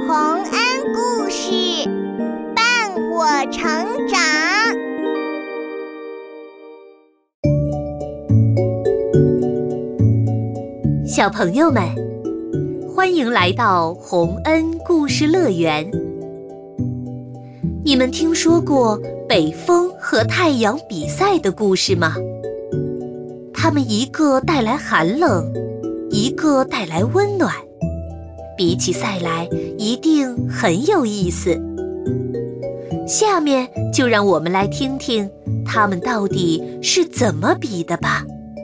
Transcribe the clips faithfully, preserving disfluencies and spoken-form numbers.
洪恩故事伴我成长。 小朋友们，欢迎来到洪恩故事乐园。你们听说过北风和太阳比赛的故事吗？它们一个带来寒冷，一个带来温暖，比起赛来一定很有意思。下面就让我们来听听它们到底是怎么比的吧。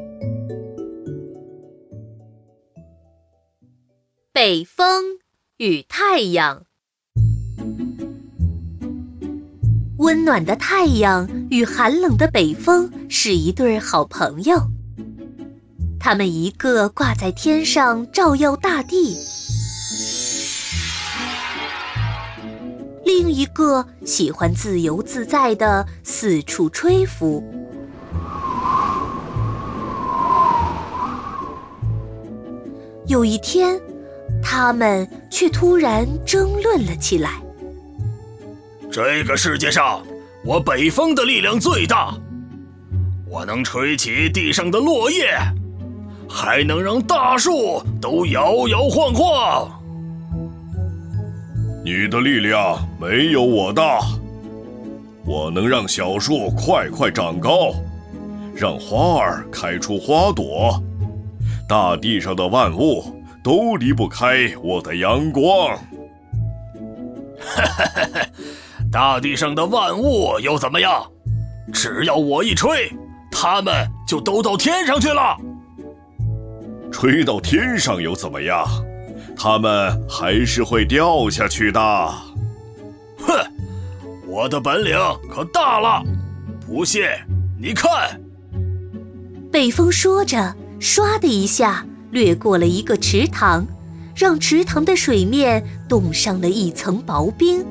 北风与太阳。温暖的太阳与寒冷的北风是一对好朋友，它们一个挂在天上照耀大地，另一个喜欢自由自在地四处吹拂。有一天，他们却突然争论了起来。 这个世界上，我北风的力量最大，我能吹起地上的落叶，还能让大树都摇摇晃晃。 你的力量没有我大，我能让小树快快长高，让花儿开出花朵，大地上的万物都离不开我的阳光。 大地上的万物又怎么样？只要我一吹，它们就都到天上去了。 吹到天上又怎么样？它们还是会掉下去的。 哼，我的本领可大了，不信你看。 北风说着，唰的一下掠过了一个池塘，让池塘的水面冻上了一层薄冰。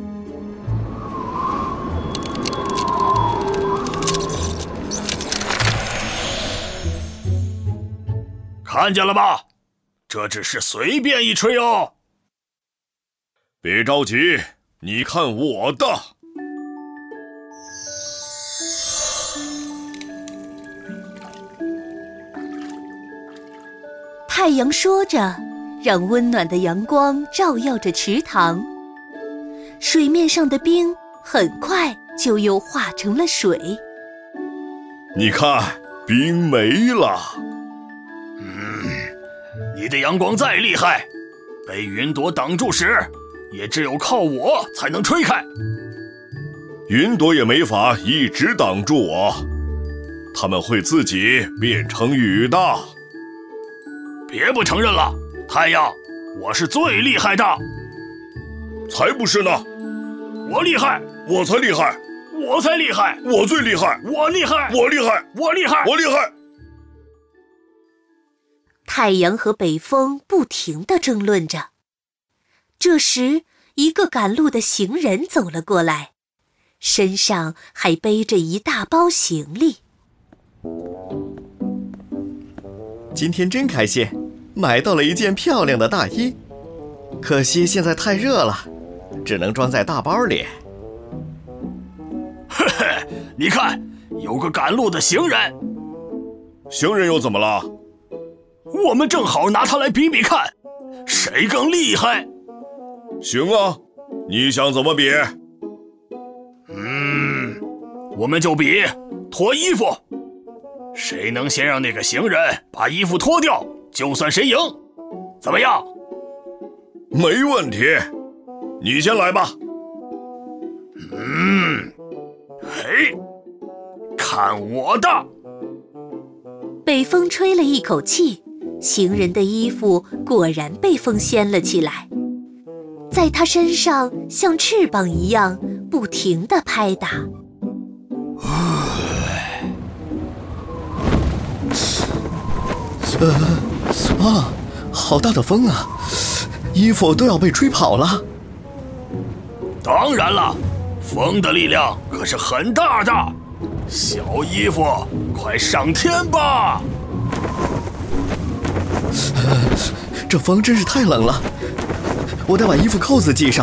看见了吧？这只是随便一吹哦。 别着急，你看我的。 太阳说着，让温暖的阳光照耀着池塘，水面上的冰很快就又化成了水。 你看，冰没了。 嗯，你的阳光再厉害，被云朵挡住时，也只有靠我才能吹开。 云朵也没法一直挡住我，它们会自己变成雨的。 别不承认了，太阳，我是最厉害的。 才不是呢！ 我厉害， 我才厉害， 我才厉害， 我最厉害， 我厉害， 我厉害， 我厉害， 我厉害。 太阳和北风不停地争论着。这时，一个赶路的行人走了过来，身上还背着一大包行李。 今天真开心，买到了一件漂亮的大衣，可惜现在太热了，只能装在大包里。 嘿嘿，你看，有个赶路的行人。 行人又怎么了？ 我们正好拿它来比比看，谁更厉害。 行啊，你想怎么比？ 嗯，我们就比脱衣服，谁能先让那个行人把衣服脱掉，就算谁赢，怎么样？ 没问题，你先来吧。 嗯，嘿，看我的！ 北风吹了一口气，行人的衣服果然被风掀了起来，在他身上像翅膀一样不停地拍打。 呃，啊，好大的风啊！衣服都要被吹跑了。 当然了，风的力量可是很大的。小衣服，快上天吧！ 呃，这风真是太冷了， 我得把衣服扣子系上。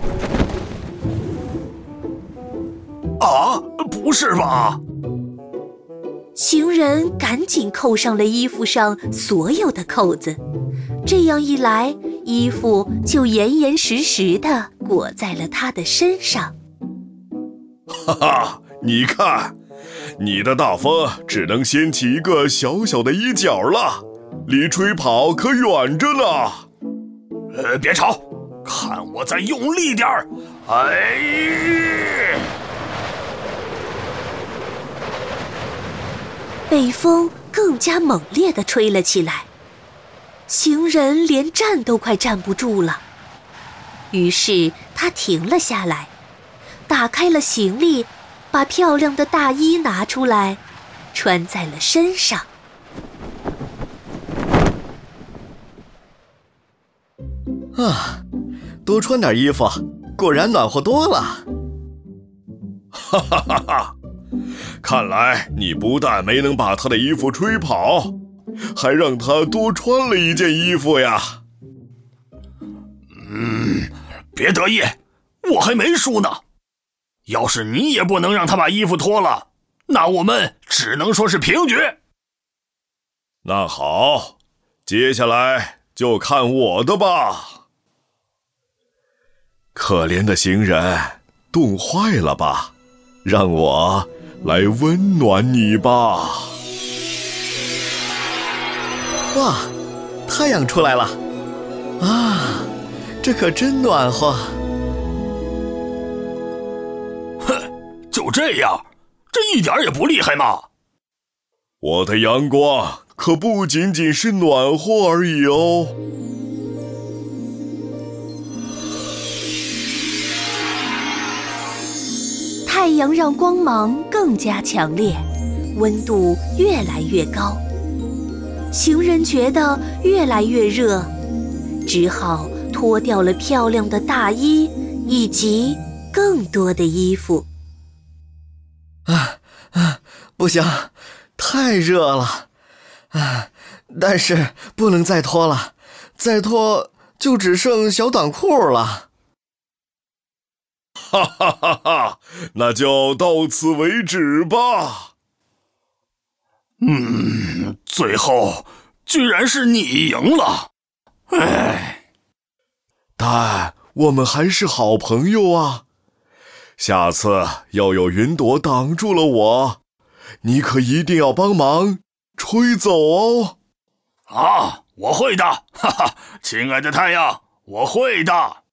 啊，不是吧？ 行人赶紧扣上了衣服上所有的扣子，这样一来，衣服就严严实实地裹在了他的身上。 哈哈，你看，你的大风只能掀起一个小小的衣角了，离吹跑可远着呢。 呃，别吵，看我再用力点儿！哎！ 北风更加猛烈地吹了起来，行人连站都快站不住了。于是他停了下来，打开了行李，把漂亮的大衣拿出来，穿在了身上。 啊，多穿点衣服，果然暖和多了。 哈哈哈哈！看来你不但没能把他的衣服吹跑，还让他多穿了一件衣服呀。 嗯，别得意，我还没输呢。要是你也不能让他把衣服脱了，那我们只能说是平局。 那好，接下来就看我的吧。可怜的行人，冻坏了吧？让我来温暖你吧。 哇，太阳出来了！啊，这可真暖和。 哼，就这样，这一点也不厉害嘛。 我的阳光可不仅仅是暖和而已哦。 太阳让光芒更加强烈，温度越来越高。行人觉得越来越热，只好脱掉了漂亮的大衣以及更多的衣服。 啊啊，不行，太热了。啊，但是不能再脱了，再脱就只剩小短裤了。 哈哈哈哈，那就到此为止吧。 嗯，最后居然是你赢了，唉。 但我们还是好朋友啊。下次要有云朵挡住了我，你可一定要帮忙吹走哦。 啊，我会的，哈哈，亲爱的太阳，我会的。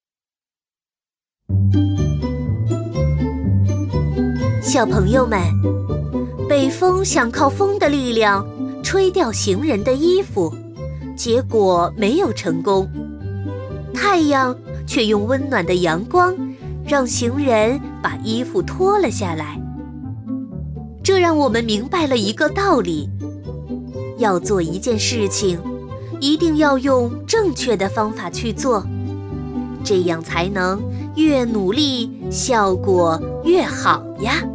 小朋友们，北风想靠风的力量吹掉行人的衣服，结果没有成功。太阳却用温暖的阳光让行人把衣服脱了下来。这让我们明白了一个道理：要做一件事情，一定要用正确的方法去做，这样才能越努力，效果越好呀。